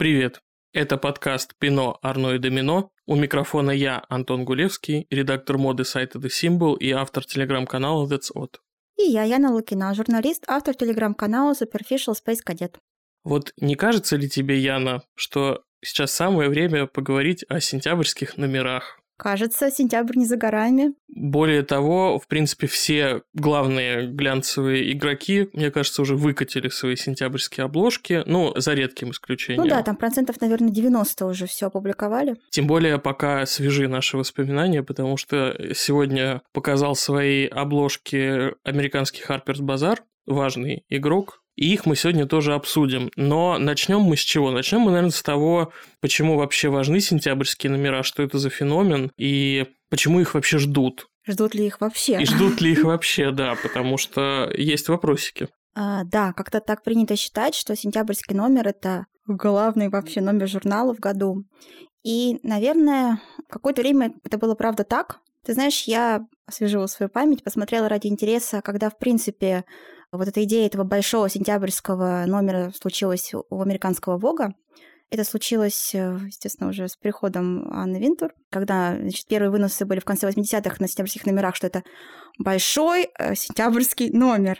Привет! Это подкаст «Пино, Арно и Домино». У микрофона я, Антон Гулевский, редактор моды сайта The Symbol и автор телеграм-канала That's Odd. И я, Яна Лукина, журналист, автор телеграм-канала Superficial Space Cadet. Вот не кажется ли тебе, Яна, что сейчас самое время поговорить о сентябрьских номерах? Кажется, сентябрь не за горами. Более того, в принципе, все главные глянцевые игроки, мне кажется, уже выкатили свои сентябрьские обложки, за редким исключением. Ну да, там процентов, наверное, 90 уже все опубликовали. Тем более, пока свежи наши воспоминания, потому что сегодня показал свои обложки американский Harper's Bazaar, важный игрок, и их мы сегодня тоже обсудим. Но начнем мы с чего? Начнем мы, наверное, с того, почему вообще важны сентябрьские номера, что это за феномен, и почему их вообще ждут. Ждут ли их вообще? И ждут ли их вообще, да, потому что есть вопросики. Да, как-то так принято считать, что сентябрьский номер – это главный вообще номер журнала в году. И, наверное, какое-то время это было правда так. Ты знаешь, я освежила свою память, посмотрела ради интереса, когда, в принципе, вот эта идея этого большого сентябрьского номера случилась у американского Vogue. Это случилось, естественно, уже с приходом Анны Винтур, когда, первые выносы были в конце 80-х на сентябрьских номерах, что это большой сентябрьский номер.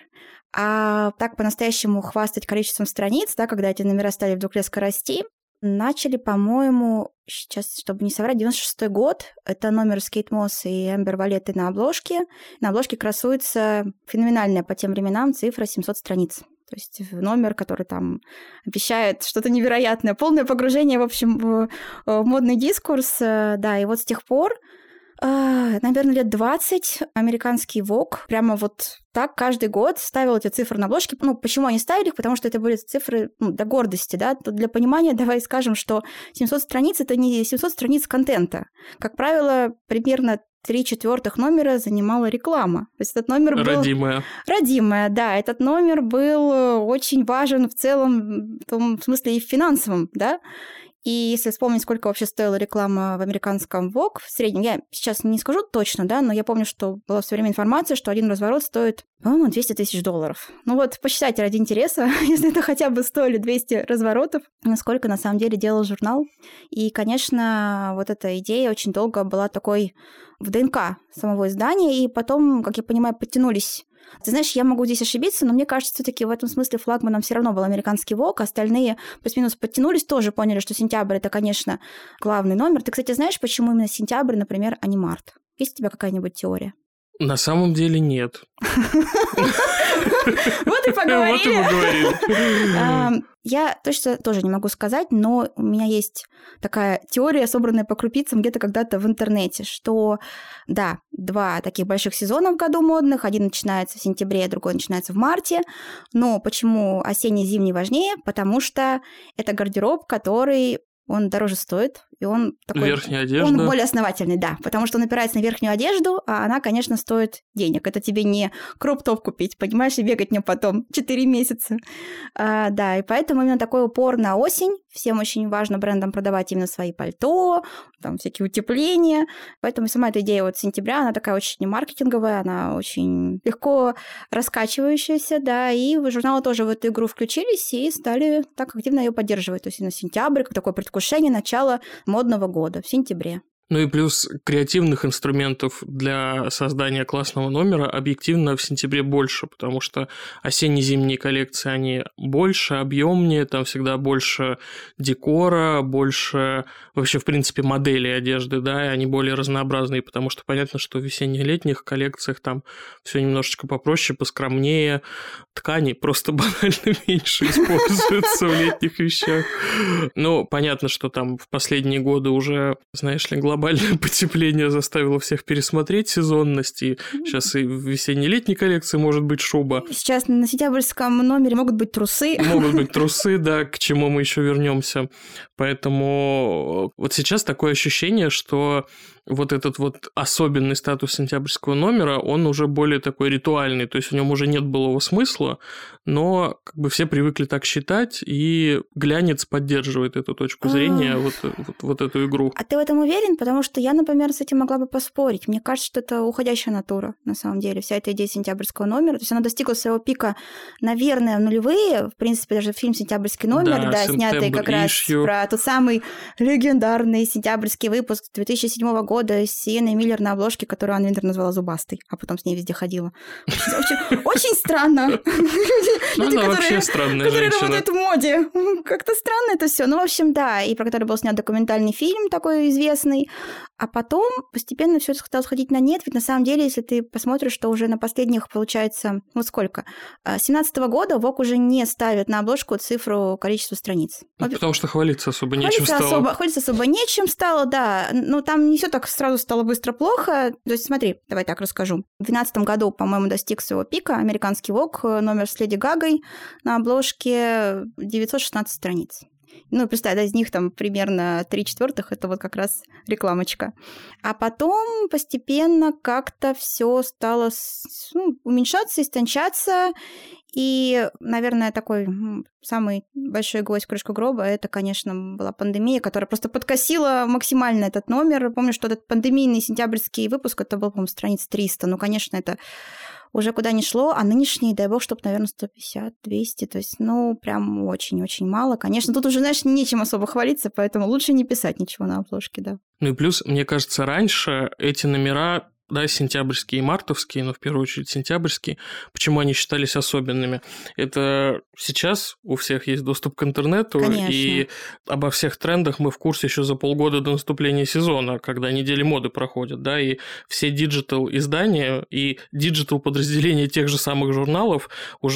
А так по-настоящему хвастать количеством страниц, да, когда эти номера стали вдруг резко расти, начали, по-моему, сейчас, чтобы не соврать, 96-й год. Это номер с Кейт Мосс и Эмбер Валеттой на обложке. На обложке красуется феноменальная по тем временам цифра 700 страниц. То есть номер, который там обещает что-то невероятное. Полное погружение, в общем, в модный дискурс. Да, и вот с тех пор, наверное, лет 20 американский Vogue прямо вот так каждый год ставил эти цифры на обложке. Почему они ставили их? Потому что это были цифры до гордости, да. Тут для понимания давай скажем, что 700 страниц – это не 700 страниц контента. Как правило, примерно 3/4 номера занимала реклама. То есть этот номер был... Родимая, да. Этот номер был очень важен в целом, в том смысле и в финансовом, да. И если вспомнить, сколько вообще стоила реклама в американском Vogue, в среднем, я сейчас не скажу точно, да, но я помню, что была все время информация, что один разворот стоит, по-моему, $200 тысяч. Посчитайте ради интереса, если это хотя бы стоили 200 разворотов, насколько на самом деле делал журнал. И, конечно, вот эта идея очень долго была такой в ДНК самого издания, и потом, как я понимаю, подтянулись. Ты знаешь, я могу здесь ошибиться, но мне кажется, все-таки в этом смысле флагманом все равно был американский Vogue, остальные плюс-минус подтянулись, тоже поняли, что сентябрь – это, конечно, главный номер. Ты, кстати, знаешь, почему именно сентябрь, например, а не март? Есть у тебя какая-нибудь теория? На самом деле нет. Вот и поговорили. Я точно тоже не могу сказать, но у меня есть такая теория, собранная по крупицам где-то когда-то в интернете, что, да, 2 таких больших сезона в году модных, один начинается в сентябре, другой начинается в марте, но почему осенне-зимний важнее? Потому что это гардероб, который... Он дороже стоит, и он такой... Верхняя одежда. Он более основательный, да, потому что он опирается на верхнюю одежду, а она, конечно, стоит денег. Это тебе не кроп-топ купить, понимаешь, и бегать не потом 4 месяца. Да, и поэтому именно такой упор на осень. Всем очень важно брендам продавать именно свои пальто, там всякие утепления. Поэтому сама эта идея вот сентября, она такая очень маркетинговая, она очень легко раскачивающаяся, да, и журналы тоже в эту игру включились и стали так активно ее поддерживать. То есть именно сентябрь, как такое предвкушение начала модного года в сентябре. Ну и плюс креативных инструментов для создания классного номера объективно в сентябре больше, потому что осенне-зимние коллекции, они больше, объемнее, там всегда больше декора, больше вообще, в принципе, моделей одежды, да, и они более разнообразные, потому что понятно, что в весенне-летних коллекциях там все немножечко попроще, поскромнее, ткани просто банально меньше используются в летних вещах. Ну, понятно, что там в последние годы уже, знаешь ли, глобальное потепление заставило всех пересмотреть сезонность, и сейчас и в весенне-летней коллекции может быть шуба. Сейчас на сентябрьском номере могут быть трусы. Могут быть трусы, да, к чему мы еще вернемся. Поэтому вот сейчас такое ощущение, что вот этот вот особенный статус сентябрьского номера, он уже более такой ритуальный, то есть в нем уже нет былого смысла, но как бы все привыкли так считать, и глянец поддерживает эту точку зрения, вот эту игру. А ты в этом уверен? Потому что я, например, с этим могла бы поспорить. Мне кажется, что это уходящая натура, на самом деле, вся эта идея сентябрьского номера. То есть она достигла своего пика, наверное, в нулевые. В принципе, даже фильм «Сентябрьский номер», да, снятый как раз про тот самый легендарный сентябрьский выпуск 2007 года с Сиенной Миллер на обложке, которую Анна Винтер назвала зубастой, а потом с ней везде ходила. Очень странно. Она вообще странная женщина. Которые работают в моде. Как-то странно это все. Ну, в общем, да, и про который был снят документальный фильм такой известный. А потом постепенно все это стало сходить на нет. Ведь на самом деле, если ты посмотришь, что уже на последних, получается, вот сколько? 17-го года Vogue уже не ставит на обложку цифру количества страниц. Потому что хвалиться особо нечем стало. Хвалиться особо нечем стало, да. Но там не все так сразу стало быстро плохо. То есть смотри, давай так расскажу. В 2012 году, по-моему, достиг своего пика американский Vogue, номер с Леди Гагой на обложке 916 страниц. Ну, представь, да, из них там примерно 3/4 это вот как раз рекламочка. А потом постепенно как-то все стало уменьшаться, истончаться. И, наверное, такой самый большой гвоздь в крышку гроба, это, конечно, была пандемия, которая просто подкосила максимально этот номер. Помню, что этот пандемийный сентябрьский выпуск, это был, по-моему, страниц 300. Ну, конечно, это уже куда ни шло, а нынешний, дай бог, чтобы, наверное, 150, 200, то есть, ну, прям очень-очень мало. Конечно, тут уже, знаешь, нечем особо хвалиться, поэтому лучше не писать ничего на обложке, да. Ну и плюс, мне кажется, раньше эти номера, да, сентябрьские и мартовские, но в первую очередь сентябрьские, почему они считались особенными? Это сейчас у всех есть доступ к интернету, конечно. И обо всех трендах мы в курсе еще за полгода до наступления сезона, когда недели моды проходят, да, и все диджитал-издания и диджитал-подразделения тех же самых журналов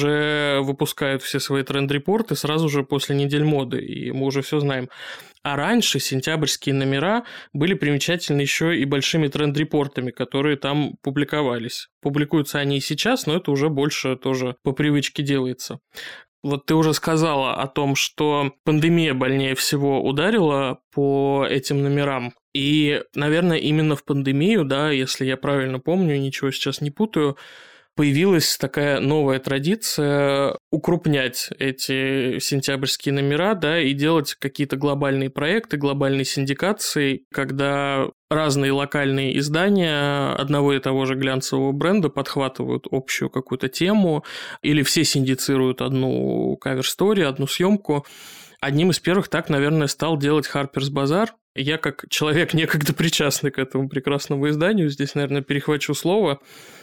уже выпускают все свои тренд-репорты сразу же после недель моды, и мы уже все знаем. А раньше сентябрьские номера были примечательны еще и большими тренд-репортами, которые там публиковались. Публикуются они и сейчас, но это уже больше тоже по привычке делается. Вот ты уже сказала о том, что пандемия больнее всего ударила по этим номерам. И, наверное, именно в пандемию, да, если я правильно помню, ничего сейчас не путаю, появилась такая новая традиция укрупнять эти сентябрьские номера, да, и делать какие-то глобальные проекты, глобальные синдикации, когда разные локальные издания одного и того же глянцевого бренда подхватывают общую какую-то тему, или все синдицируют одну кавер-стори, одну съемку. Одним из первых так, наверное, стал делать Harper's Bazaar. Я, как человек, некогда причастный к этому прекрасному изданию, здесь, наверное, перехвачу слово.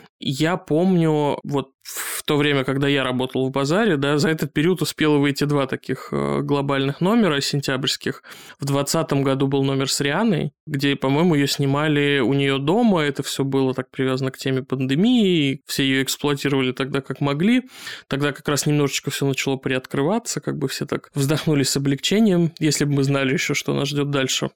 Я помню, вот в то время, когда я работал в базаре, да, за этот период успело выйти 2 таких глобальных номера сентябрьских. В 2020 году был номер с Рианой, где, по-моему, ее снимали у нее дома. Это все было так привязано к теме пандемии, все ее эксплуатировали тогда, как могли. Тогда как раз немножечко все начало приоткрываться, как бы все так вздохнули с облегчением, если бы мы знали еще, что нас ждет дальше.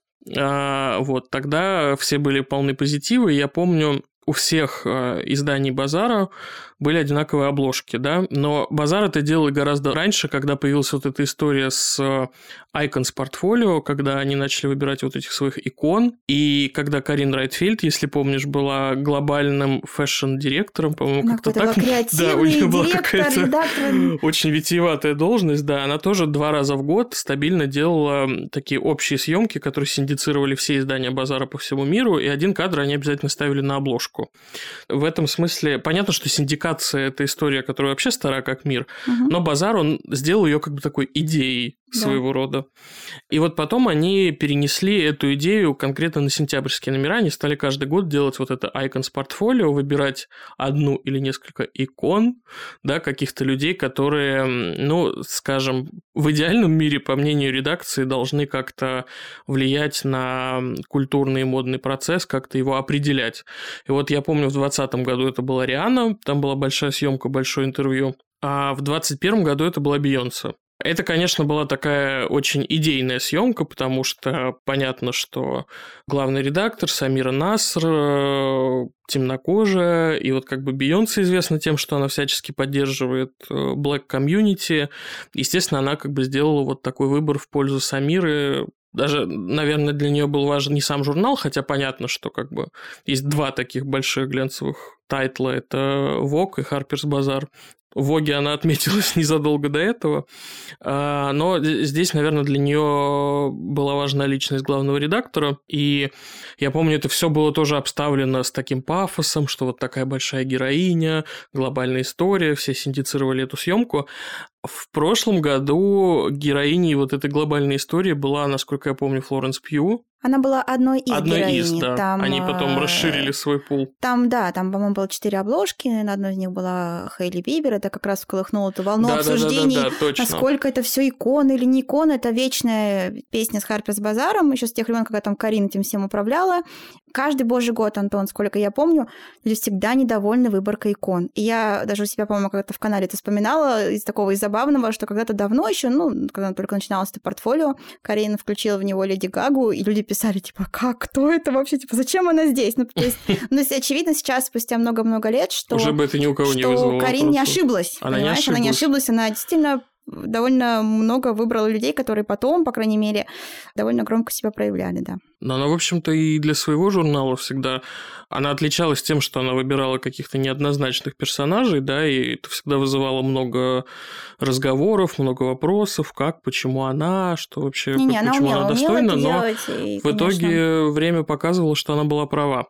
Вот, тогда все были полны позитива, и я помню, у всех изданий базара были одинаковые обложки, да, но базар это делал гораздо раньше, когда появилась вот эта история с Icons Portfolio, когда они начали выбирать вот этих своих икон, и когда Карин Райтфельд, если помнишь, была глобальным фэшн-директором, по-моему, как-то так. Да, у нее была какая-то очень витиеватая должность, да, она тоже 2 раза в год стабильно делала такие общие съемки, которые синдицировали все издания базара по всему миру, и один кадр они обязательно ставили на обложку. В этом смысле понятно, что синдикация – это история, которая вообще стара как мир, но базар, он сделал ее как бы такой идеей своего рода. И вот потом они перенесли эту идею конкретно на сентябрьские номера, они стали каждый год делать вот это Icons Portfolio, выбирать одну или несколько икон, да, каких-то людей, которые, ну, скажем, в идеальном мире, по мнению редакции, должны как-то влиять на культурный и модный процесс, как-то его определять. И вот я помню, в 2020 году это была Риана, там была большая съемка, большое интервью, а в 2021 году это была Бейонсе. Это, конечно, была такая очень идейная съемка, потому что понятно, что главный редактор Самира Наср, темнокожая, и вот как бы Бейонсе известна тем, что она всячески поддерживает Black комьюнити. Естественно, она как бы сделала вот такой выбор в пользу Самиры, Даже, наверное, для нее был важен не сам журнал, хотя понятно, что как бы есть два таких больших глянцевых тайтла. Это Vogue и Harper's Bazaar. В Vogue она отметилась незадолго до этого, но здесь, наверное, для нее была важна личность главного редактора, и я помню, это все было тоже обставлено с таким пафосом, что вот такая большая героиня, глобальная история, все синдицировали эту съемку. В прошлом году героиней вот этой глобальной истории была, насколько я помню, Флоренс Пью. Она была одной из героинь. Да. Там, они потом расширили свой пул. Там, по-моему, было 4 обложки. На одной из них была Хейли Бибер. Это как раз всколыхнуло эту волну обсуждений. Да, насколько это все иконы или не иконы. Это вечная песня с Harper's Bazaar. Еще с тех времен, когда там Карин этим всем управляла. Каждый божий год, Антон, сколько я помню, люди всегда недовольны выборкой икон. И я даже у себя, по-моему, когда-то в канале это вспоминала из забавного, что когда-то давно еще, когда только начиналось это портфолио, Карин включила в него Леди Гагу, и люди писали, типа, как, кто это вообще, типа, зачем она здесь? То есть, очевидно, сейчас, спустя много-много лет, что... Уже бы это ни у кого не вызвало. Карин не ошиблась, Она не ошиблась, она действительно довольно много выбрала людей, которые потом, по крайней мере, довольно громко себя проявляли, да. Но она, в общем-то, и для своего журнала всегда... Она отличалась тем, что она выбирала каких-то неоднозначных персонажей, да, и это всегда вызывало много разговоров, много вопросов, как, почему она, что вообще, почему она достойна, но в итоге время показывало, что она была права.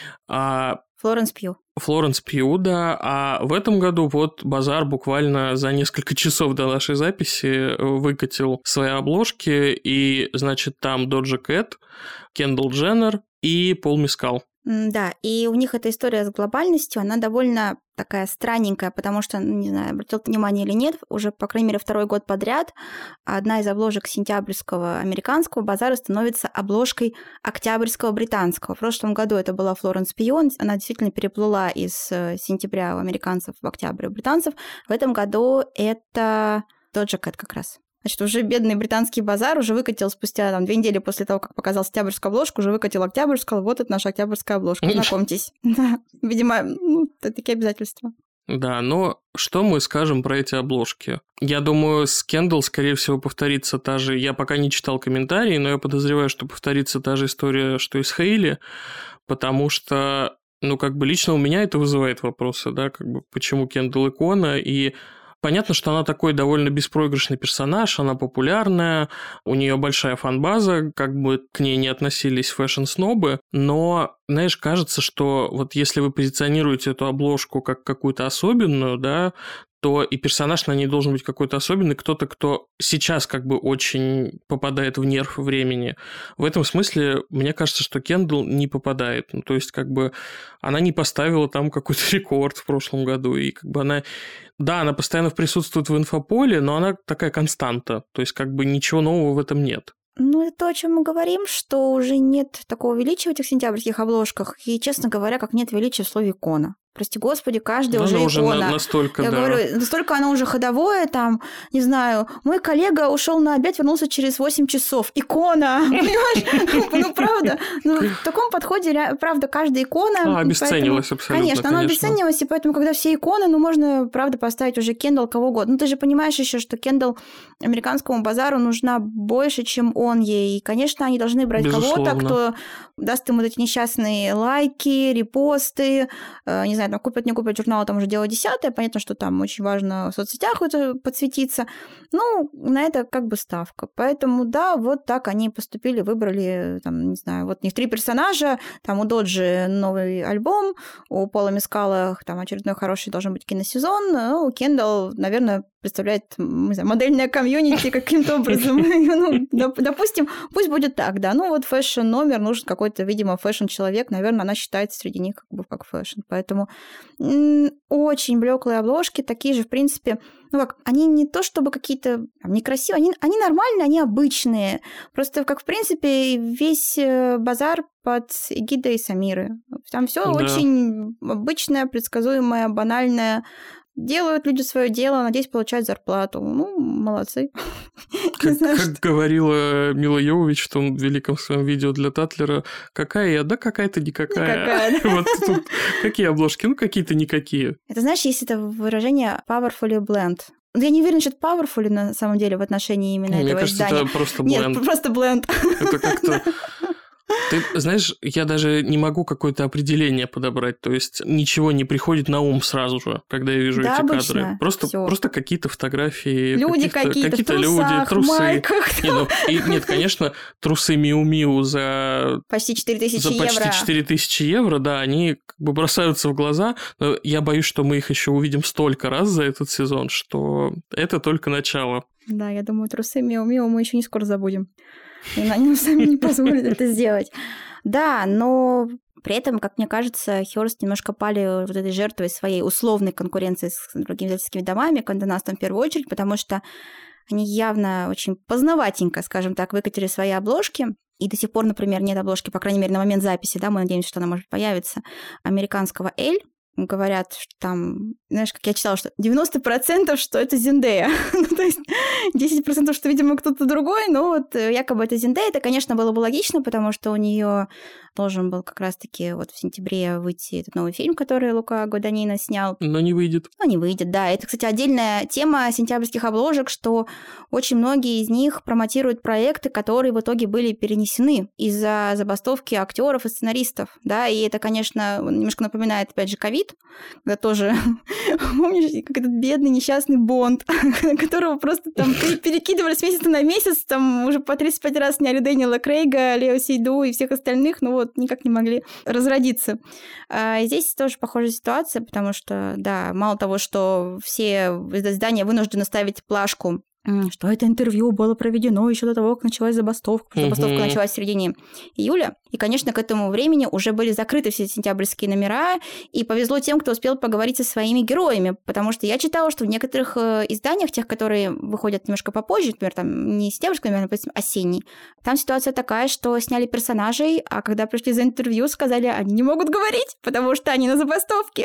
Флоренс Пью, да. А в этом году вот Базар буквально за несколько часов до нашей записи выкатил свои обложки, и, значит, там Доджа Кэт, Кендалл Дженнер и Пол Мескал. Да, и у них эта история с глобальностью, она довольно такая странненькая, потому что, не знаю, обратил внимание или нет, уже, по крайней мере, второй год подряд одна из обложек сентябрьского американского базара становится обложкой октябрьского британского. В прошлом году это была Флоренс Пью, она действительно переплыла из сентября у американцев в октябрь у британцев. В этом году это Доджа Кэт как раз. Значит, уже бедный британский базар уже выкатил спустя 2 недели после того, как показал сентябрьскую обложку, уже выкатил октябрьскую, вот это наша октябрьская обложка, знакомьтесь. Видимо, такие обязательства. Да, но что мы скажем про эти обложки? Я думаю, с Кендалл, скорее всего, повторится та же... Я пока не читал комментарии, но я подозреваю, что повторится та же история, что и с Хейли, потому что, лично у меня это вызывает вопросы, да, почему Кендалл икона, и... Понятно, что она такой довольно беспроигрышный персонаж, она популярная, у нее большая фан-база, как бы к ней не относились фэшн-снобы, но, знаешь, кажется, что вот если вы позиционируете эту обложку как какую-то особенную, да, то и персонаж на ней должен быть какой-то особенный, кто-то, кто сейчас очень попадает в нерв времени. В этом смысле, мне кажется, что Кендалл не попадает. То есть, она не поставила там какой-то рекорд в прошлом году, и она... Да, она постоянно присутствует в инфополе, но она такая константа, то есть ничего нового в этом нет. Это то, о чем мы говорим, что уже нет такого величия в этих сентябрьских обложках, и, честно говоря, как нет величия в слове «икона». Прости господи, каждая уже икона. Настолько, я говорю, настолько она уже ходовое, не знаю, мой коллега ушел на обед, вернулся через 8 часов. Икона, понимаешь? Правда. В таком подходе, правда, каждая икона... Обесценилась абсолютно, конечно. Она обесценилась, и поэтому, когда все иконы, можно, правда, поставить уже Кендалл кого угодно. Ты же понимаешь еще, что Кендалл американскому базару нужна больше, чем он ей. И, конечно, они должны брать кого-то, кто даст им эти несчастные лайки, репосты, не знаю, купят, не купят журнал, там уже дело 10-е, понятно, что там очень важно в соцсетях это подсветиться, на это ставка. Поэтому, да, вот так они поступили, выбрали, не знаю, вот у них 3 персонажа, там у Доджи новый альбом, у Пола Мескала там очередной хороший должен быть киносезон, у Кендалл, наверное, представляет, не знаю, модельное комьюнити каким-то образом. Допустим, пусть будет так, да. Вот фэшн-номер, нужен какой-то, видимо, фэшн-человек, наверное, она считается среди них как фэшн. Поэтому очень блеклые обложки, такие же, в принципе, они не то чтобы какие-то некрасивые, они нормальные, они обычные. Просто, в принципе, весь базар под эгидой Самиры. Там все очень обычное, предсказуемое, банальное. Делают люди свое дело, надеюсь, получают зарплату. Молодцы. Как говорила Мила Йовович в том великом своем видео для Татлера, какая я? Да какая-то никакая. Вот тут какие обложки? Какие-то никакие. Это, знаешь, есть это выражение powerfully blend. Я не уверена, что это powerful на самом деле в отношении именно этого издания. Мне кажется, это просто бленд. Нет, просто бленд. Это как-то... Ты знаешь, я даже не могу какое-то определение подобрать, то есть ничего не приходит на ум сразу же, когда я вижу эти кадры. Просто какие-то фотографии, люди какие-то в люди, трусы. Майках. Нет, конечно, трусы Миу-Миу за почти 4000 евро. За почти 4000 евро, да, они как бы бросаются в глаза, но я боюсь, что мы их еще увидим столько раз за этот сезон, что это только начало. Да, я думаю, трусы Миу-Миу мы еще не скоро забудем. И они нам сами не позволят это сделать. Да, но при этом, как мне кажется, Hearst немножко пали вот этой жертвой своей условной конкуренции с другими издательскими домами, Condé Nast в первую очередь, потому что они явно очень поздноватенько, скажем так, выкатили свои обложки. И до сих пор, например, нет обложки, по крайней мере, на момент записи, да, мы надеемся, что она может появиться, американского «Эль». Говорят, что там, знаешь, как я читала, что 90%, что это Зендея. Ну, то есть 10%, что, видимо, кто-то другой, но вот якобы это Зендея. Это, конечно, было бы логично, потому что у нее должен был как раз-таки вот в сентябре выйти этот новый фильм, который Лука Гваданино снял. Но не выйдет. Но не выйдет, да. Это, кстати, отдельная тема сентябрьских обложек, что очень многие из них промотируют проекты, которые в итоге были перенесены из-за забастовки актеров и сценаристов, да, и это, конечно, немножко напоминает, опять же, ковид, когда тоже, помнишь, как этот бедный несчастный Бонд, которого просто там перекидывали с месяца на месяц, там уже по 35 раз сняли Дэниела Крейга, Лео Сейду и всех остальных, но вот никак не могли разродиться. Здесь тоже похожая ситуация, потому что, да, мало того, что все издания вынуждены ставить плашку, что это интервью было проведено еще до того, как началась забастовка. Забастовка началась в середине июля. И, конечно, к этому времени уже были закрыты все сентябрьские номера, и повезло тем, кто успел поговорить со своими героями, потому что я читала, что в некоторых изданиях, тех, которые выходят немножко попозже, например, там не сентябрьский номер, а осенний, там ситуация такая, что сняли персонажей, а когда пришли за интервью, сказали, они не могут говорить, потому что они на забастовке.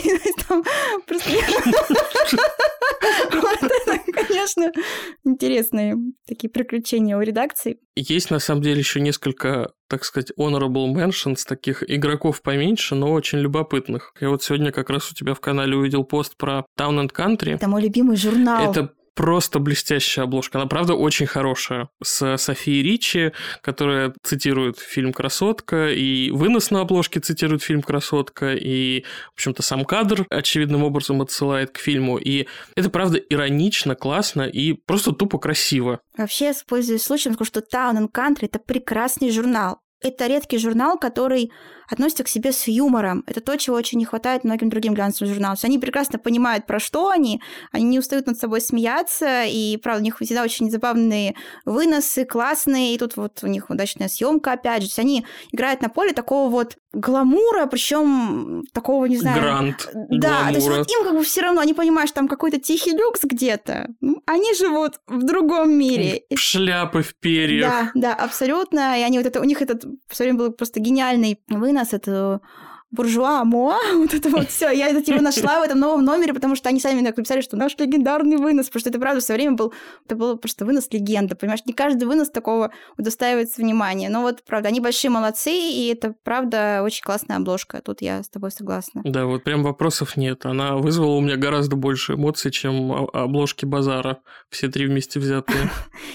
Вот это, конечно, интересные такие приключения у редакции. Есть, на самом деле, еще несколько, так сказать, honorable mentions, таких игроков поменьше, но очень любопытных. Я вот сегодня как раз у тебя в канале увидел пост про Town and Country. Это мой любимый журнал. Это просто блестящая обложка. Она, правда, очень хорошая. С Софией Ричи, которая цитирует фильм «Красотка», и вынос на обложке цитирует фильм «Красотка», и, в общем-то, сам кадр очевидным образом отсылает к фильму. И это, правда, иронично, классно и просто тупо красиво. Вообще, пользуясь случаем, скажу, что Town and Country – это прекрасный журнал. Это редкий журнал, который относится к себе с юмором. Это то, чего очень не хватает многим другим глянцевым журналам. Они прекрасно понимают, про что они не устают над собой смеяться, и, правда, у них всегда очень забавные выносы, классные, и тут вот у них удачная съемка, опять же. То есть они играют на поле такого вот гламура, причем такого, не знаю... Грант да, гламура. То есть вот им как бы все равно, они понимают, что там какой-то тихий люкс где-то. Они живут в другом мире. Шляпы в перьях. Да, абсолютно. И они вот это, у них этот все время был просто гениальный вынос, это буржуа, моа, вот это вот все. Я это типа нашла в этом новом номере, потому что они сами написали, что наш легендарный вынос, потому что это правда все время был, это был просто вынос легенда, понимаешь? Не каждый вынос такого удостаивается внимания. Но вот, правда, они большие молодцы, и это, правда, очень классная обложка. Тут я с тобой согласна. Да, вот прям вопросов нет. Она вызвала у меня гораздо больше эмоций, чем обложки Базара, все три вместе взятые.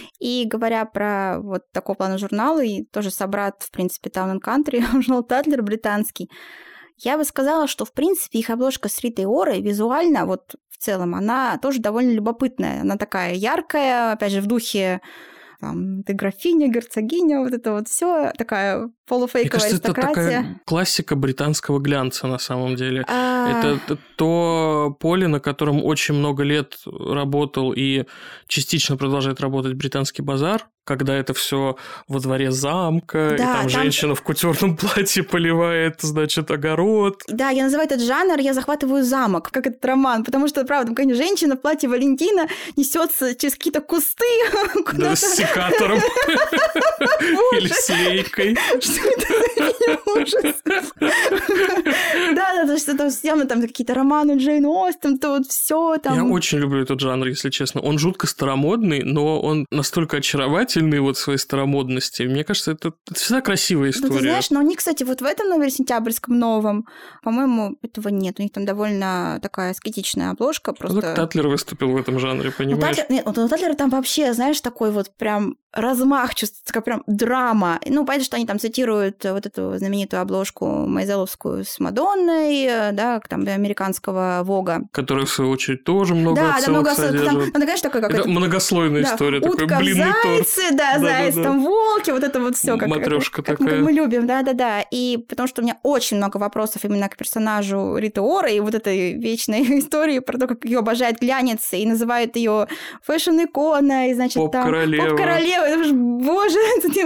И говоря про вот такого плана журнала, и тоже собрат, в принципе, Town and Country, журнал Татлер британский, я бы сказала, что, в принципе, их обложка с Ритой Орой визуально, вот в целом, она тоже довольно любопытная. Она такая яркая, опять же, в духе там, ты графиня, герцогиня, вот это вот все такая полуфейковая аристократия. Это такая классика британского глянца на самом деле. Это то поле, на котором очень много лет работал и частично продолжает работать британский базар, когда это все во дворе замка, да, и там женщина в кутюрном платье поливает, значит, огород. Да, я называю этот жанр «Я захватываю замок», как этот роман, потому что, правда, там, конечно, женщина в платье Валентина несется через какие-то кусты. Да, с секатором. Или с лейкой. Что это за ужас? Да, что там явно там какие-то романы Джейн Остин, то вот все там. Я очень люблю этот жанр, если честно. Он жутко старомодный, но он настолько очаровательный вот в своей старомодности. Мне кажется, это всегда красивая история. Ну, ты знаешь, но они, кстати, вот в этом номере сентябрьском новом, по-моему, этого нет. У них там довольно такая аскетичная обложка. Просто... Ну, Татлер выступил в этом жанре, понимаешь? У Татлера там вообще, знаешь, такой вот прям размах чувствуется, такая прям драма. Ну, понятно, что они там цитируют вот эту знаменитую обложку майзеловскую с Мадонной, да, там, американского Вога. Которая, в свою очередь, тоже много отсылок содержит. Там, конечно, такой, как это многослойная история, утка, такой блинный торт. Зайцы, заяц, там волки, вот это вот все как матрёшка мы любим, да-да-да. И потому что у меня очень много вопросов именно к персонажу Риты Ора и вот этой вечной истории про то, как ее обожает глянец и называют ее фэшн-икона, и, значит, поп-королева. Поп-королева. Боже,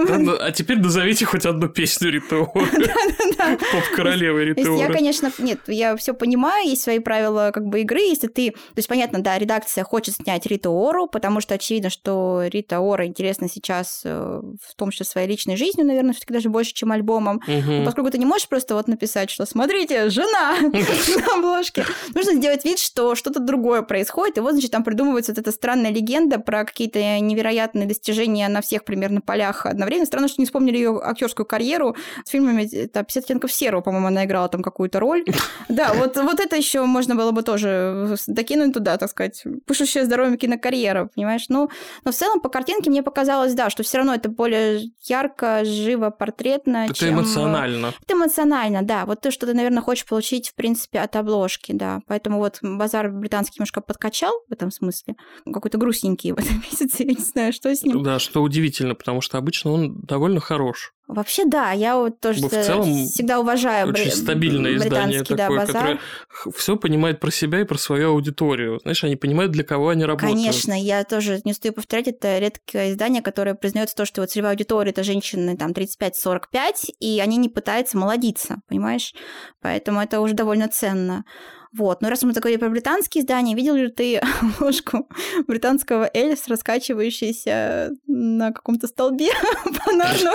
а теперь назовите хоть одну песню Риты Ора. Да. Поп-королевы Риты Ора. Я, конечно, я все понимаю, есть свои правила как бы игры, если ты... То есть, понятно, да, редакция хочет снять Риту Ору, потому что очевидно, что Рита Ора интересна сейчас в том числе своей личной жизнью, наверное, все-таки даже больше, чем альбомом. Но поскольку ты не можешь просто вот написать, что смотрите, жена на обложке, нужно сделать вид, что что-то другое происходит, и вот, значит, там придумывается вот эта странная легенда про какие-то невероятные достижения на всех примерно полях одновременно. Странно, что не вспомнили ее актерскую карьеру с фильмами, там, 50 оттенков серого, по-моему, она играла там какую-то роль. Да, вот это еще можно было бы тоже докинуть туда, так сказать, пышущая здоровьем кинокарьера, понимаешь? Но в целом по картинке мне показалось, да, что все равно это более ярко, живо, портретно. Это эмоционально. Это эмоционально, да. Вот то, что ты, наверное, хочешь получить, в принципе, от обложки, да. Поэтому вот базар британский немножко подкачал в этом смысле. Какой-то грустненький в этом месяце, я не знаю, что с ним. Да, что удивительно, потому что обычно он довольно хорош. Вообще, да, я вот тоже в целом, всегда уважаю очень стабильное издание такое, базар. Которое все понимает про себя и про свою аудиторию. Знаешь, они понимают, для кого они работают. Конечно, я тоже не устаю повторять, это редкое издание, которое признается то, что вот целевая аудитория – это женщины там 35-45, и они не пытаются молодиться, понимаешь? Поэтому это уже довольно ценно. Вот. Но раз мы заговорили про британские издания, видел ли ты обложку британского Эльс, раскачивающейся на каком-то столбе бананового?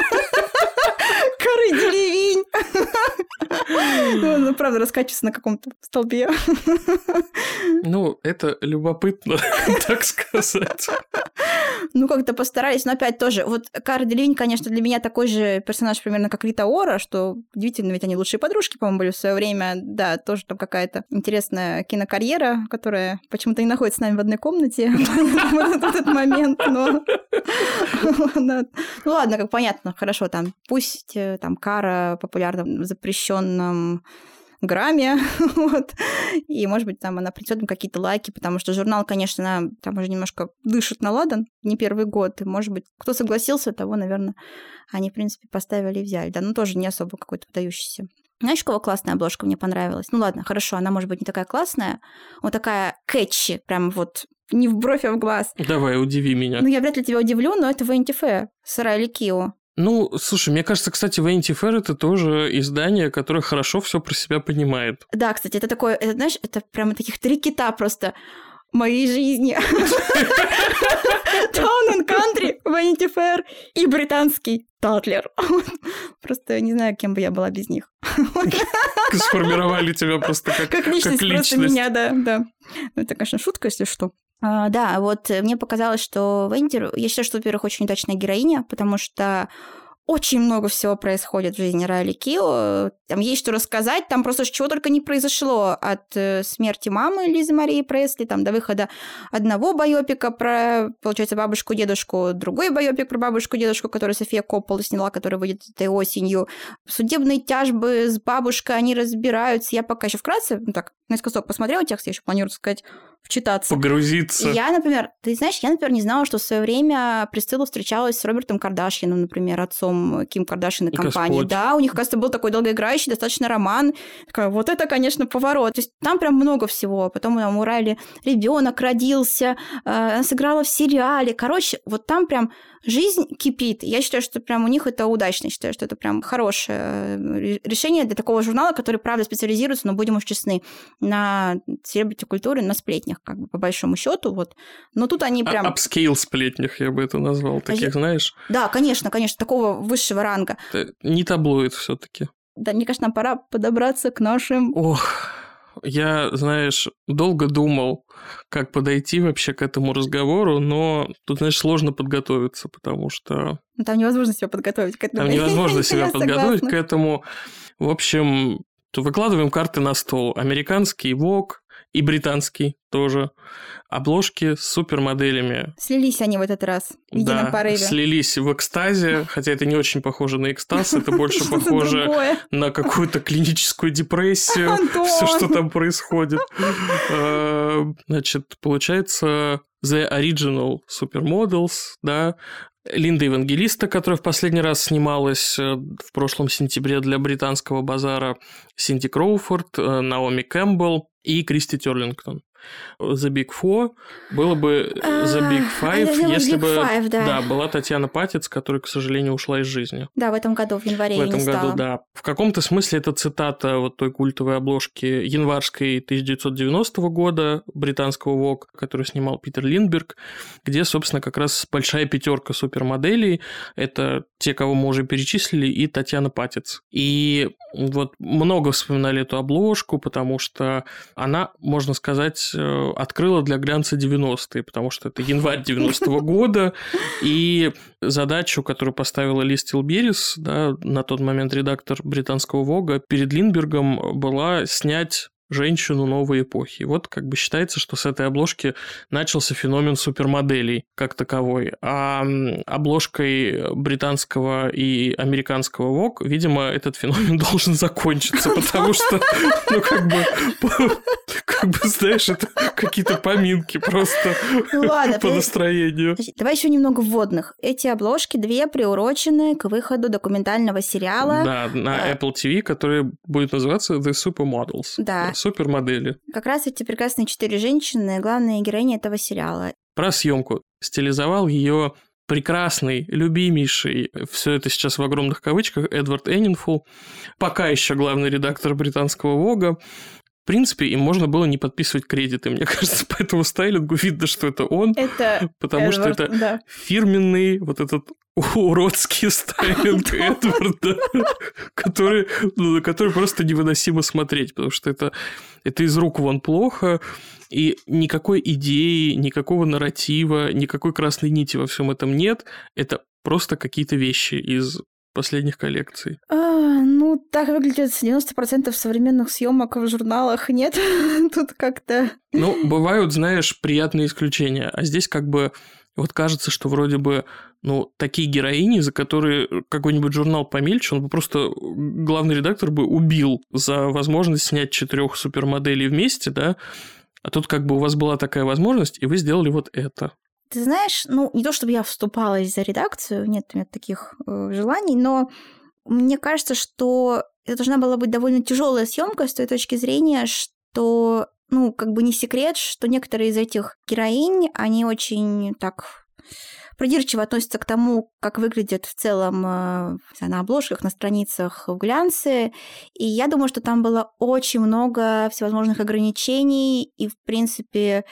Коры деревень. Ну, правда, раскачивается на каком-то столбе. Ну, это любопытно, так сказать. Ну, как-то постарались, но опять тоже, вот Кара Делевинь, конечно, для меня такой же персонаж примерно, как Рита Ора, что удивительно, ведь они лучшие подружки, по-моему, были в свое время, да, тоже там какая-то интересная кинокарьера, которая почему-то не находится с нами в одной комнате в этот момент, но... Ну, ладно, как понятно, хорошо, там, пусть там Кара популярна в запрещенном грамме, вот, и, может быть, там она принесет им какие-то лайки, потому что журнал, конечно, там уже немножко дышит на ладан, не первый год, и, может быть, кто согласился, того, наверное, они, в принципе, поставили и взяли, да, ну, тоже не особо какой-то выдающийся. Знаешь, какая классная обложка мне понравилась? Ну, ладно, хорошо, она, может быть, не такая классная, вот такая кэтчи, прям вот не в бровь, а в глаз. Давай, удиви меня. Ну, я вряд ли тебя удивлю, но это Vanity Fair с Райли Кио. Ну, слушай, мне кажется, кстати, Vanity Fair – это тоже издание, которое хорошо все про себя понимает. Да, кстати, это такое, это, знаешь, это прямо таких 3 кита просто моей жизни. Town and Country, Vanity Fair и британский Татлер. Просто не знаю, кем бы я была без них. Сформировали тебя просто как личность. Просто меня, да. Это, конечно, шутка, если что. Да, вот мне показалось, что Венди, я считаю, что, во-первых, очень удачная героиня, потому что очень много всего происходит в жизни Райли Кио. Там есть что рассказать, там просто чего только не произошло от смерти мамы Лизы Марии Пресли, там до выхода одного байопика про, получается, бабушку-дедушку, другой байопик про бабушку-дедушку, который София Коппола сняла, который выйдет этой осенью. Судебные тяжбы с бабушкой, они разбираются. Я пока еще вкратце, ну так, наискосок посмотрела текст, я еще планирую, так сказать, вчитаться. Погрузиться. Я, например, ты знаешь, не знала, что в свое время Присцилла встречалась с Робертом Кардашьяном, например, отцом Ким Кардашьян и компании. Господь. Да, у них, кажется, был такой долгоиграющий достаточно роман. Такая, вот это, конечно, поворот. То есть там прям много всего. Потом там у Райли ребенок родился, она сыграла в сериале. Короче, вот там прям жизнь кипит. Я считаю, что прям у них это удачно. Я считаю, что это прям хорошее решение для такого журнала, который, правда, специализируется, но будем уж честны, на селебрити-культуре, на сплетнях, как бы, по большому счету. Вот. Но тут они прям... Апскейл сплетнях, я бы это назвал. Таких, знаешь? Да, конечно, такого высшего ранга. Это не таблоид все-таки. Да, мне кажется, нам пора подобраться к нашим... Ох... Я, знаешь, долго думал, как подойти вообще к этому разговору, но тут, знаешь, сложно подготовиться, потому что... Там невозможно себя подготовить к этому. Там невозможно себя подготовить к этому. В общем, выкладываем карты на стол. Американский Vogue и британский тоже. Обложки с супермоделями. Слились они в этот раз в едином порыве. Слились в экстазе, хотя это не очень похоже на экстаз, это больше похоже на какую-то клиническую депрессию, все, что там происходит. Значит, получается, The Original Supermodels, да, Линда Евангелиста, которая в последний раз снималась в прошлом сентябре для британского базара, Синди Кроуфорд, Наоми Кэмпбелл и Кристи Терлингтон. The Big Four было бы The Big Five, если бы была Татьяна Патец, которая, к сожалению, ушла из жизни. Да, в этом году, в январе я не стала. В этом году, да. В каком-то смысле это цитата вот той культовой обложки январской 1990 года британского Vogue, которую снимал Питер Линдберг, где, собственно, как раз большая пятерка супермоделей. Это те, кого мы уже перечислили, и Татьяна Патец. И вот много вспоминали эту обложку, потому что она, можно сказать, открыла для глянца 90-е, потому что это январь 90-го года, и задачу, которую поставила Лиз Тилберис, да, на тот момент редактор британского Vogue, перед Линдбергом была снять женщину новой эпохи. Вот как бы считается, что с этой обложки начался феномен супермоделей как таковой. А обложкой британского и американского Vogue, видимо, этот феномен должен закончиться, потому что, знаешь, это какие-то поминки просто по настроению. Давай еще немного вводных. Эти обложки две приурочены к выходу документального сериала. Да, на Apple TV, который будет называться The Supermodels. Да. Супермодели. Как раз эти прекрасные 4 женщины, главные героини этого сериала. Про съемку. Стилизовал ее прекрасный, любимейший, все это сейчас в огромных кавычках, Эдвард Эннинфул, пока еще главный редактор британского Vogue. В принципе, им можно было не подписывать кредиты. Мне кажется, по этому стайлингу видно, что это он. Потому Эдвард, что это фирменный вот этот уродский стайлинг Эдварда, который просто невыносимо смотреть, потому что это из рук вон плохо, и никакой идеи, никакого нарратива, никакой красной нити во всем этом нет. Это просто какие-то вещи из последних коллекций. Так выглядит 90% современных съемок в журналах. Нет, тут как-то... Бывают, знаешь, приятные исключения. А здесь как бы вот кажется, что вроде бы, такие героини, за которые какой-нибудь журнал помельче, он бы просто, главный редактор бы убил за возможность снять 4 супермоделей вместе, да? А тут как бы у вас была такая возможность, и вы сделали вот это. Ты знаешь, не то чтобы я вступалась за редакцию, нет у меня таких желаний, но мне кажется, что это должна была быть довольно тяжелая съемка с той точки зрения, что, не секрет, что некоторые из этих героинь, они очень так придирчиво относятся к тому, как выглядят в целом на обложках, на страницах в глянце. И я думаю, что там было очень много всевозможных ограничений, и, в принципе,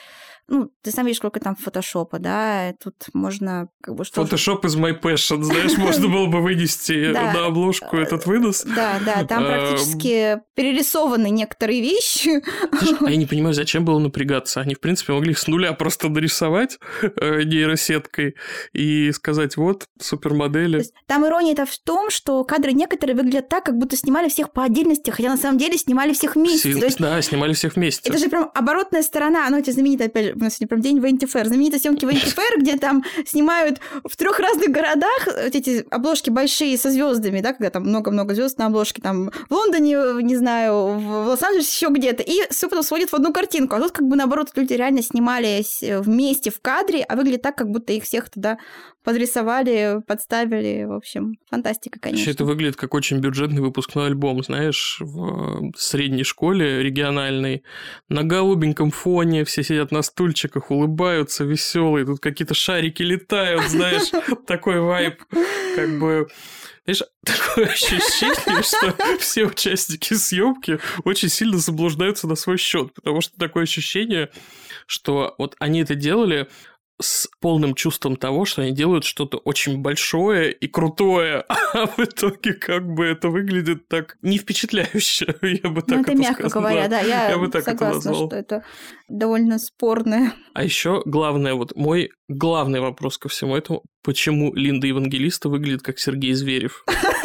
ты сам видишь, сколько там фотошопа, да, тут можно Фотошоп is my passion, знаешь, можно было бы вынести на обложку этот вынос. Да, там практически перерисованы некоторые вещи. Я не понимаю, зачем было напрягаться. Они, в принципе, могли их с нуля просто нарисовать нейросеткой и сказать, вот, супермодели. Там ирония-то в том, что кадры некоторые выглядят так, как будто снимали всех по отдельности, хотя на самом деле снимали всех вместе. Да, снимали всех вместе. Это же прям оборотная сторона, эти знаменитые, опять же, у нас сегодня прям день Vanity Fair, знаменитые съемки Vanity Fair, где там снимают в 3 разных городах эти обложки большие со звездами, да, когда там много-много звезд на обложке, там в Лондоне, не знаю, в Лос-Анджелесе, еще где-то, и все потом сводят в одну картинку. А тут как бы наоборот люди реально снимались вместе в кадре, а выглядит так, как будто их всех туда подрисовали, подставили, в общем, фантастика, конечно. Вообще это выглядит как очень бюджетный выпускной альбом, знаешь, в средней школе региональной, на голубеньком фоне, все сидят на стульчиках, улыбаются, веселые, тут какие-то шарики летают, знаешь, такой вайб, как бы... Знаешь, такое ощущение, что все участники съемки очень сильно заблуждаются на свой счет, потому что такое ощущение, что вот они это делали с полным чувством того, что они делают что-то очень большое и крутое, а в итоге как бы это выглядит так не впечатляюще, я бы так это мягко говоря, да, я бы так согласна, что это довольно спорное. А еще главное, вот мой главный вопрос ко всему этому, почему Линда Евангелиста выглядит как Сергей Зверев?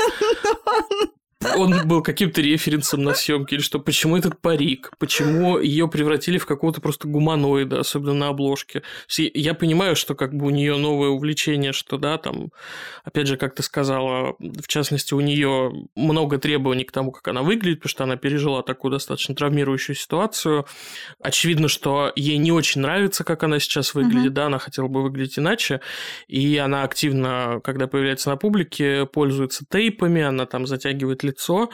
Он был каким-то референсом на съемке или что? Почему этот парик? Почему ее превратили в какого-то просто гуманоида, особенно на обложке? Я понимаю, что как бы у нее новое увлечение, что да, там, опять же, как ты сказала, в частности, у нее много требований к тому, как она выглядит, потому что она пережила такую достаточно травмирующую ситуацию. Очевидно, что ей не очень нравится, как она сейчас выглядит, да, она хотела бы выглядеть иначе, и она активно, когда появляется на публике, пользуется тейпами, она там затягивает лицо,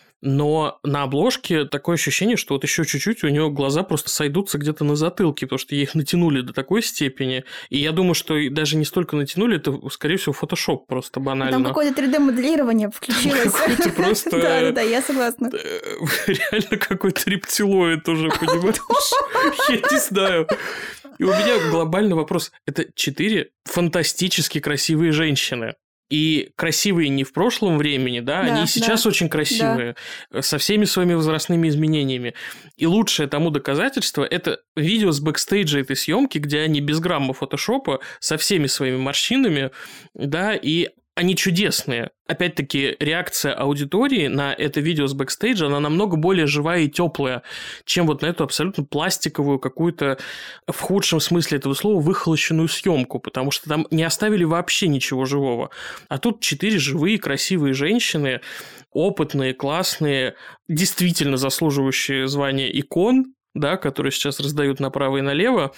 но на обложке такое ощущение, что вот еще чуть-чуть у нее глаза просто сойдутся где-то на затылке, потому что ей их натянули до такой степени, и я думаю, что даже не столько натянули, это, скорее всего, фотошоп просто банально. Там какое-то 3D-моделирование включилось. Какое-то просто... Да, я согласна. Реально какой-то рептилоид уже, понимаешь? Я не знаю. И у меня глобальный вопрос. Это 4 фантастически красивые женщины. И красивые не в прошлом времени, да, они и сейчас очень красивые, со всеми своими возрастными изменениями. И лучшее тому доказательство – это видео с бэкстейджа этой съемки, где они без грамма фотошопа, со всеми своими морщинами, да, и они чудесные. Опять-таки, реакция аудитории на это видео с бэкстейджа, она намного более живая и теплая, чем вот на эту абсолютно пластиковую, какую-то, в худшем смысле этого слова, выхолощенную съемку, потому что там не оставили вообще ничего живого. А тут 4 живые, красивые женщины, опытные, классные, действительно заслуживающие звания икон, да, которые сейчас раздают направо и налево.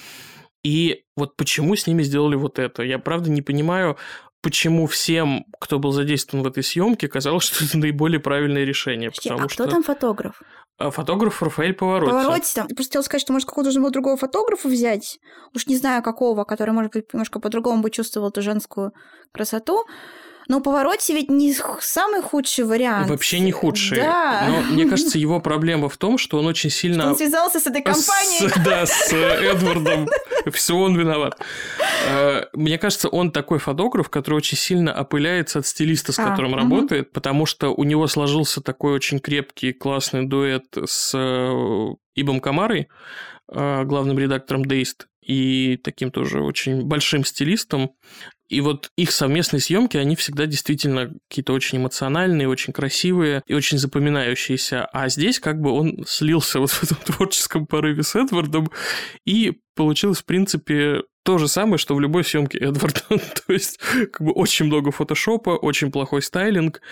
И вот почему с ними сделали вот это? Я, правда, не понимаю, почему всем, кто был задействован в этой съемке, казалось, что это наиболее правильное решение. А кто там фотограф? Фотограф Рафаэль Паваротти. Паваротти там. Просто хотела сказать, что, может, какого-то нужно было другого фотографа взять. Уж не знаю, какого, который, может быть, немножко по-другому бы чувствовал эту женскую красоту. Но Паваротти ведь не самый худший вариант. Вообще не худший. Да. Но мне кажется, его проблема в том, что он очень сильно... Он связался с этой компанией. Да, с Эдвардом. Все он виноват. Мне кажется, он такой фотограф, который очень сильно опыляется от стилиста, с которым работает, потому что у него сложился такой очень крепкий, классный дуэт с Ибом Камарой, главным редактором Дейст, и таким тоже очень большим стилистом. И вот их совместные съемки, они всегда действительно какие-то очень эмоциональные, очень красивые и очень запоминающиеся. А здесь как бы он слился вот в этом творческом порыве с Эдвардом, и получилось, в принципе, то же самое, что в любой съемке Эдварда. То есть, как бы очень много фотошопа, очень плохой стайлинг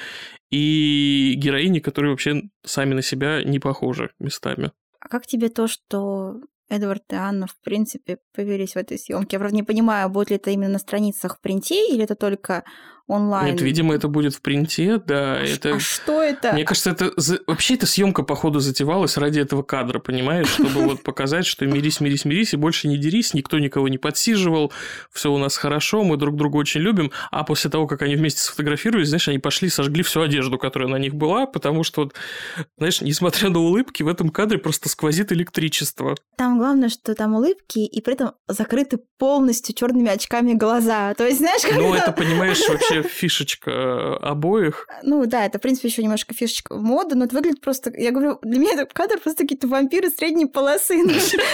и героини, которые вообще сами на себя не похожи местами. А как тебе то, что Эдвард и Анна, в принципе, появились в этой съемке? Я, правда, не понимаю, будет ли это именно на страницах в принте, или это только онлайн? Нет, видимо, это будет в принте, да. А что это? Мне кажется, вообще эта съемка, походу, затевалась ради этого кадра, понимаешь? Чтобы вот показать, что мирись, мирись, мирись, и больше не дерись, никто никого не подсиживал, все у нас хорошо, мы друг друга очень любим. А после того, как они вместе сфотографировались, знаешь, они пошли, сожгли всю одежду, которая на них была, потому что, вот, знаешь, несмотря на улыбки, в этом кадре просто сквозит электричество. Там главное, что там улыбки, и при этом закрыты полностью черными очками глаза. То есть, знаешь, как... Ну, это, понимаешь, вообще фишечка обоих. Ну, да, это, в принципе, еще немножко фишечка моды, но это выглядит просто... Я говорю, для меня этот кадр просто какие-то вампиры средней полосы. Я,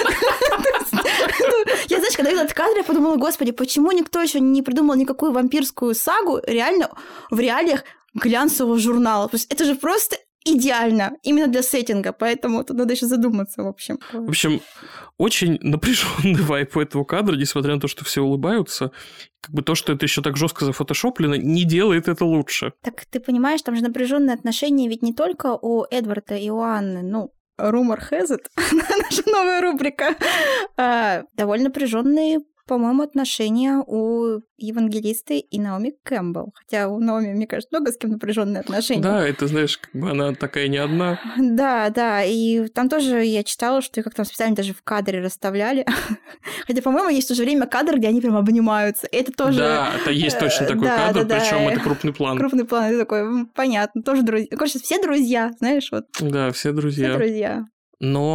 знаешь, когда видела этот кадр, я подумала, господи, почему никто еще не придумал никакую вампирскую сагу реально в реалиях глянцевого журнала? То есть это же просто идеально именно для сеттинга, поэтому тут надо еще задуматься, в общем. В общем, очень напряженный вайп у этого кадра, несмотря на то, что все улыбаются. Как бы то, что это еще так жестко зафотошоплено, не делает это лучше. Так ты понимаешь, там же напряженные отношения ведь не только у Эдварда и у Анны, ну, rumor has it, наша новая рубрика, довольно напряженные, по-моему, отношения у Евангелиста и Наоми Кэмпбелл. Хотя у Наоми, мне кажется, много с кем напряженные отношения. Да, это, знаешь, как бы она такая не одна. Да, и там тоже я читала, что их как-то специально даже в кадре расставляли. Хотя, по-моему, есть в то же время кадр, где они прям обнимаются. Это тоже... Да, это есть точно такой кадр, причем это крупный план. Крупный план, это такой, понятно, тоже друзья. Короче, все друзья, знаешь, вот. Да, все друзья. Все друзья. Но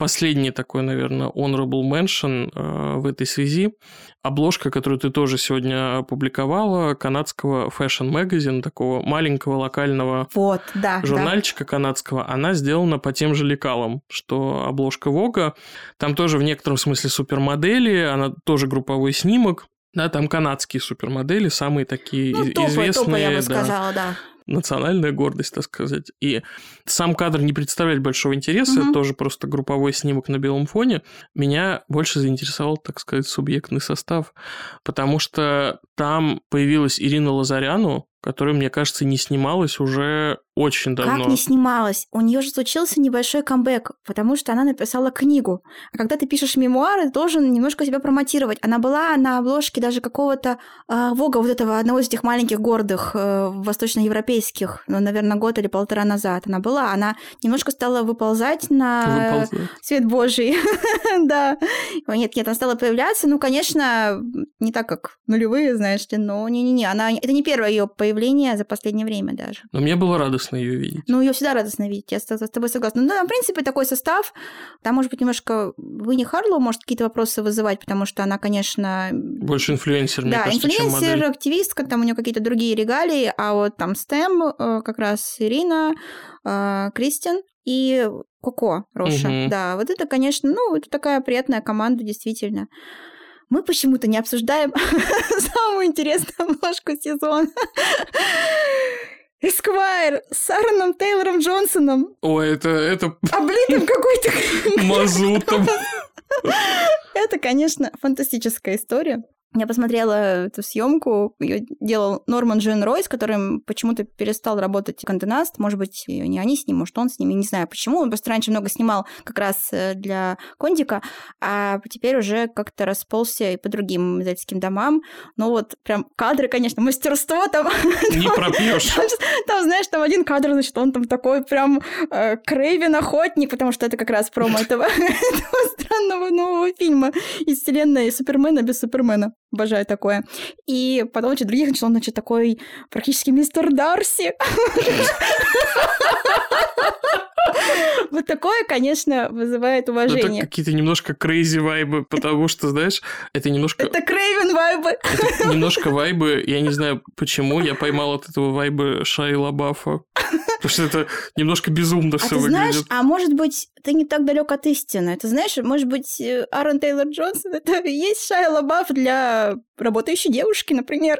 последний такой, наверное, honorable mention в этой связи. Обложка, которую ты тоже сегодня опубликовала, канадского Fashion Magazine, такого маленького локального журнальчика канадского, она сделана по тем же лекалам, что обложка Vogue. Там тоже в некотором смысле супермодели, она тоже групповой снимок. Да, там канадские супермодели, самые такие известные. Топы, я бы сказала, да. Национальная гордость, так сказать. И сам кадр не представляет большого интереса, это тоже просто групповой снимок на белом фоне. Меня больше заинтересовал, так сказать, субъектный состав, потому что там появилась Ирина Лазаряну, которая, мне кажется, не снималась уже очень давно. Как не снималась? У нее же случился небольшой камбэк, потому что она написала книгу. А когда ты пишешь мемуары, ты должен немножко себя промотировать. Она была на обложке даже какого-то Вога, вот этого одного из этих маленьких гордых восточноевропейских, наверное, год или полтора назад она была. Она немножко стала выползать на свет Божий. Да. Нет, она стала появляться. Ну, конечно, не так, как нулевые, знаешь ли, но не-не-не. Это не первое ее появление за последнее время даже. Но мне было радостно ее видеть. Ну, ее всегда радостно видеть, я с тобой согласна. Ну, в принципе, такой состав, там, может быть, немножко Винни Харлоу может какие-то вопросы вызывать, потому что она, конечно... Больше инфлюенсер, мне кажется, чем модель. Да, инфлюенсер, активистка, там у нее какие-то другие регалии, а вот там Стэм, как раз Ирина, Кристин и Коко Роша. Да, вот это, конечно, это такая приятная команда, действительно. Мы почему-то не обсуждаем самую интересную обложку сезона. Эсквайр с Аароном Тейлором Джонсоном. Ой, это... Облитым какой-то... Мазутом. Это, конечно, фантастическая история. Я посмотрела эту съемку, ее делал Норман Джин Рой, с которым почему-то перестал работать Кондé Наст. Может быть, не они с ним, может, он с ними, не знаю почему. Он просто раньше много снимал как раз для Кондика, а теперь уже как-то расползся и по другим издательским домам. Но вот прям кадры, конечно, мастерство там... Не пропьешь. Там, знаешь, там один кадр, значит, он там такой прям Крейвен-охотник, потому что это как раз промо этого странного нового фильма из вселенной Супермена без Супермена. Обожаю такое. И потом, значит, других, значит, он, значит, такой практически мистер Дарси. Вот такое, конечно, вызывает уважение. Это какие-то немножко крейзи вайбы, потому что, знаешь, это немножко... Это Крейвен вайбы. Это немножко вайбы, я не знаю почему, я поймал от этого вайбы Шайи Лабафа. Потому что это немножко безумно все выглядит. Знаешь, а может быть, ты не так далек от истины. Ты знаешь, может быть, Аарон Тейлор Джонсон — это и есть Шайа Лабаф для работающей девушки, например.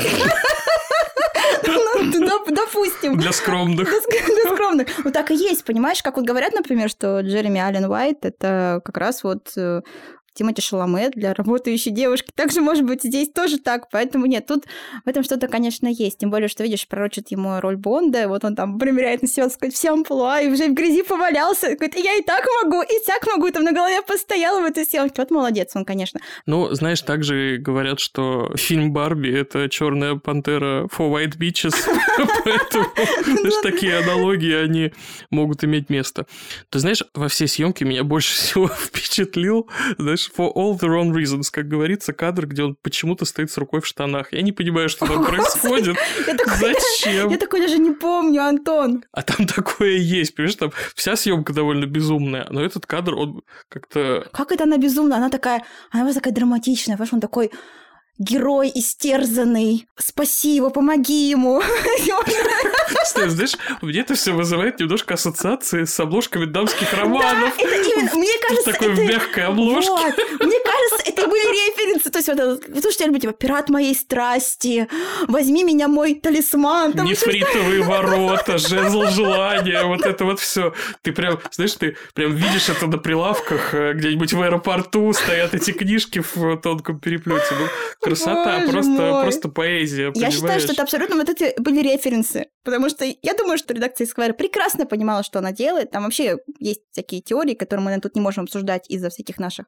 Допустим. Для скромных. Для скромных. Вот так и есть, понимаешь? Как вот говорят, например, что Джереми Аллен Уайт — это как раз вот Тимоти Шаломе для работающей девушки. Также, может быть, здесь тоже так. Поэтому нет, тут в этом что-то, конечно, есть. Тем более, что, видишь, пророчит ему роль Бонда. Вот он там примеряет на себя, так сказать, все амплуа, и уже в грязи повалялся. Говорит, я и так могу, и так могу. Там на голове постоял в этой съемке. Вот молодец он, конечно. Ну, знаешь, также говорят, что фильм «Барби» — это «Черная пантера for White Bitches». Поэтому, знаешь, такие аналогии, они могут иметь место. Ты знаешь, во всей съемке меня больше всего впечатлил, знаешь, for all the wrong reasons, как говорится, кадр, где он почему-то стоит с рукой в штанах. Я не понимаю, что там происходит. Зачем? Я такой даже не помню, Антон. А там такое есть, понимаешь, там вся съемка довольно безумная, но этот кадр, он как-то... Как это она безумная? Она такая драматичная, понимаешь, он такой... Герой истерзанный, спаси его, помоги ему. Знаешь, мне это все вызывает немножко ассоциации с обложками дамских романов. Да, это именно, мне кажется, такой в мягкой обложке. Вот, мне кажется, это были референсы. То есть, вот что я люблю, типа, «Пират моей страсти», «Возьми меня, мой талисман». Нефритовые ворота, жезл желания, вот это вот все. Ты прям, знаешь, ты прям видишь это на прилавках где-нибудь в аэропорту, стоят эти книжки в тонком переплете. Красота, просто поэзия, понимаешь? Я считаю, что это абсолютно вот эти были референсы, потому что я думаю, что редакция Esquire прекрасно понимала, что она делает. Там вообще есть всякие теории, которые мы тут не можем обсуждать из-за всяких наших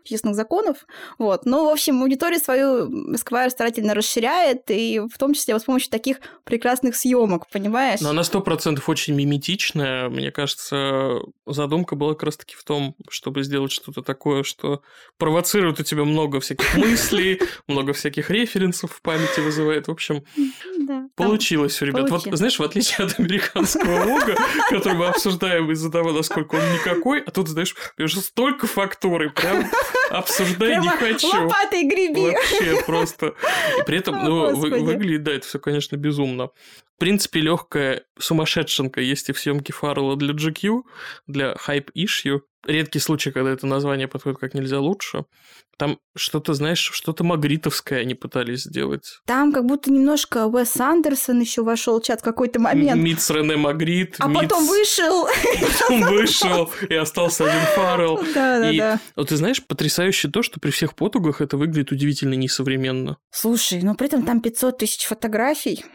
общественных законов. Вот. Но, в общем, аудиторию свою Esquire старательно расширяет, и в том числе вот с помощью таких прекрасных съемок, понимаешь? Но она 100% очень миметичная. Мне кажется, задумка была как раз-таки в том, чтобы сделать что-то такое, что провоцирует у тебя много всяких мыслей, много всяких референсов в памяти вызывает. В общем, получилось у ребят. Вот, знаешь, в отличие от американского Вога, который мы обсуждаем из-за того, насколько он никакой, а тут, знаешь, уже столько факторий, прям обсуждай не хочу. Лопатой греби. Вообще просто. И при этом, выглядит, да, это все, конечно, безумно. В принципе, легкая сумасшедшенка есть и в съемке Фаррелла для GQ, для Hype Issue. Редкий случай, когда это название подходит как нельзя лучше. Там что-то, знаешь, что-то магритовское они пытались сделать. Там как будто немножко Уэс Андерсон еще вошел в чат в какой-то момент. Митс Рене Магрит. Потом вышел. Потом вышел, и остался один Фаррелл. Да. Вот ты знаешь, потрясающе то, что при всех потугах это выглядит удивительно несовременно. Слушай, но при этом там 500 тысяч фотографий.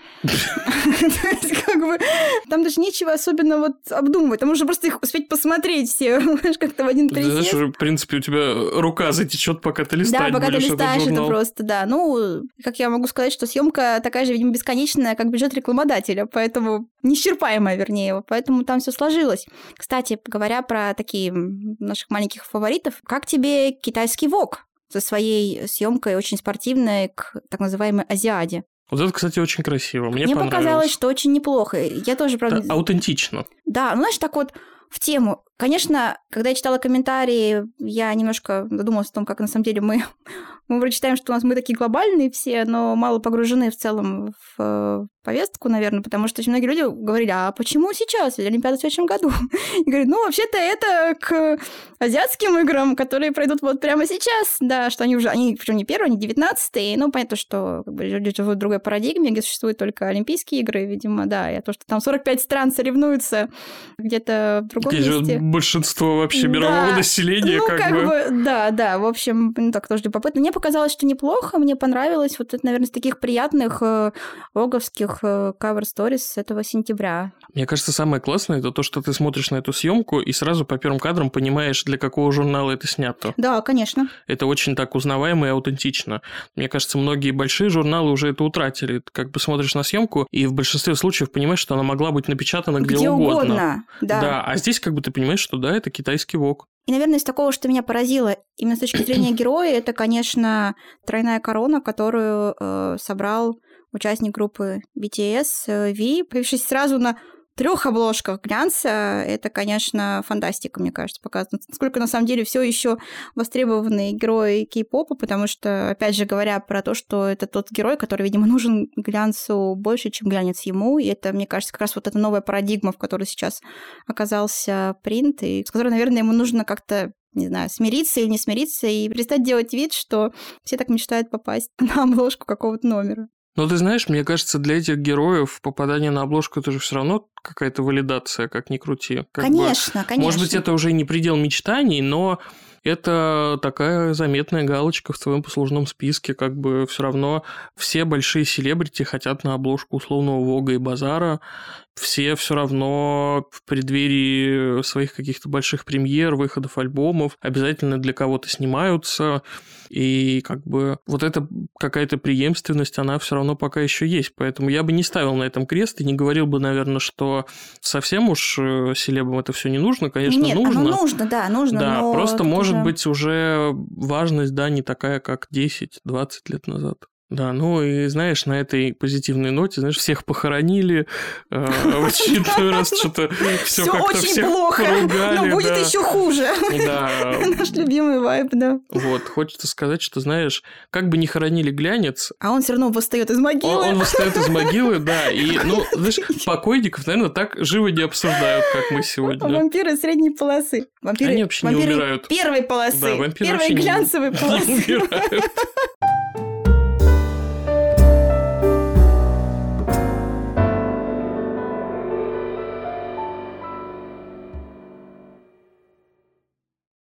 Там даже нечего особенно вот обдумывать. Там нужно просто их успеть посмотреть все, как-то в один присест. Знаешь, уже, в принципе, у тебя рука затечет, пока ты листать будешь. Да, пока ты листаешь, это просто, да. Ну, как я могу сказать, что съемка такая же, видимо, бесконечная, как бюджет рекламодателя, поэтому неисчерпаемая, вернее, поэтому там все сложилось. Кстати, говоря про такие наших маленьких фаворитов, как тебе китайский Вог со своей съемкой очень спортивной к так называемой Азиаде? Вот это, кстати, очень красиво. Мне показалось, что очень неплохо. Я тоже, правда... Да, аутентично. Да, ну, знаешь, так вот в тему. Конечно, когда я читала комментарии, я немножко задумалась о том, как на самом деле мы вроде считаем, что мы такие глобальные все, но мало погружены в целом в повестку, наверное, потому что очень многие люди говорили, а почему сейчас? Олимпиада в следующем году. И говорят, ну, вообще-то это к азиатским играм, которые пройдут вот прямо сейчас, да, что они причем не первые, они 19-е, ну, понятно, что как бы, люди живут в другой парадигме, где существуют только Олимпийские игры, видимо, да, и то, что там 45 стран соревнуются где-то в другом месте. Большинство вообще мирового населения, ну, как бы. Да, в общем, так тоже любопытно. Мне показалось, что неплохо, мне понравилось. Вот это, наверное, из таких приятных воговских кавер-сторис с этого сентября. Мне кажется, самое классное это то, что ты смотришь на эту съемку и сразу по первым кадрам понимаешь, для какого журнала это снято. Да, конечно. Это очень так узнаваемо и аутентично. Мне кажется, многие большие журналы уже это утратили. Ты как бы смотришь на съемку и в большинстве случаев понимаешь, что она могла быть напечатана где угодно. Да, а здесь как бы ты понимаешь, что да, это китайский Вог. И, наверное, из такого, что меня поразило именно с точки зрения героя, это, конечно, тройная корона, которую собрал участник группы BTS V, появившись сразу на 3 обложках глянца. Это, конечно, фантастика, мне кажется, показывает, насколько на самом деле все еще востребованный герой кей-попа, потому что, опять же, говоря про то, что это тот герой, который, видимо, нужен глянцу больше, чем глянец ему, и это, мне кажется, как раз вот эта новая парадигма, в которой сейчас оказался Принт, и с которой, наверное, ему нужно как-то, не знаю, смириться или не смириться, и перестать делать вид, что все так мечтают попасть на обложку какого-то номера. Но ты знаешь, мне кажется, для этих героев попадание на обложку это же все равно какая-то валидация, как ни крути. Конечно. Может быть, это уже не предел мечтаний, но это такая заметная галочка в твоем послужном списке, как бы все равно все большие селебрити хотят на обложку условного Вога и Базара, все равно в преддверии своих каких-то больших премьер, выходов альбомов обязательно для кого-то снимаются, и как бы вот эта какая-то преемственность, она все равно пока еще есть, поэтому я бы не ставил на этом крест и не говорил бы, наверное, что совсем уж селебам это все не нужно, конечно, Нет, нужно. Оно нужно, Да, но просто может быть уже важность, да, не такая, как 10-20 лет назад. Да, ну и знаешь, на этой позитивной ноте, знаешь, всех похоронили, в очередной раз что-то все как-то всех поругали. Но будет еще хуже. Да. Наш любимый вайб, да. Вот, хочется сказать, что, знаешь, как бы ни хоронили глянец... А он все равно восстает из могилы. Он восстает из могилы, да. И, ну, знаешь, покойников, наверное, так живо не обсуждают, как мы сегодня. Вампиры средней полосы. Они вообще не умирают. Первой полосы. Да, вампиры первой глянцевой полосы. Не умирают.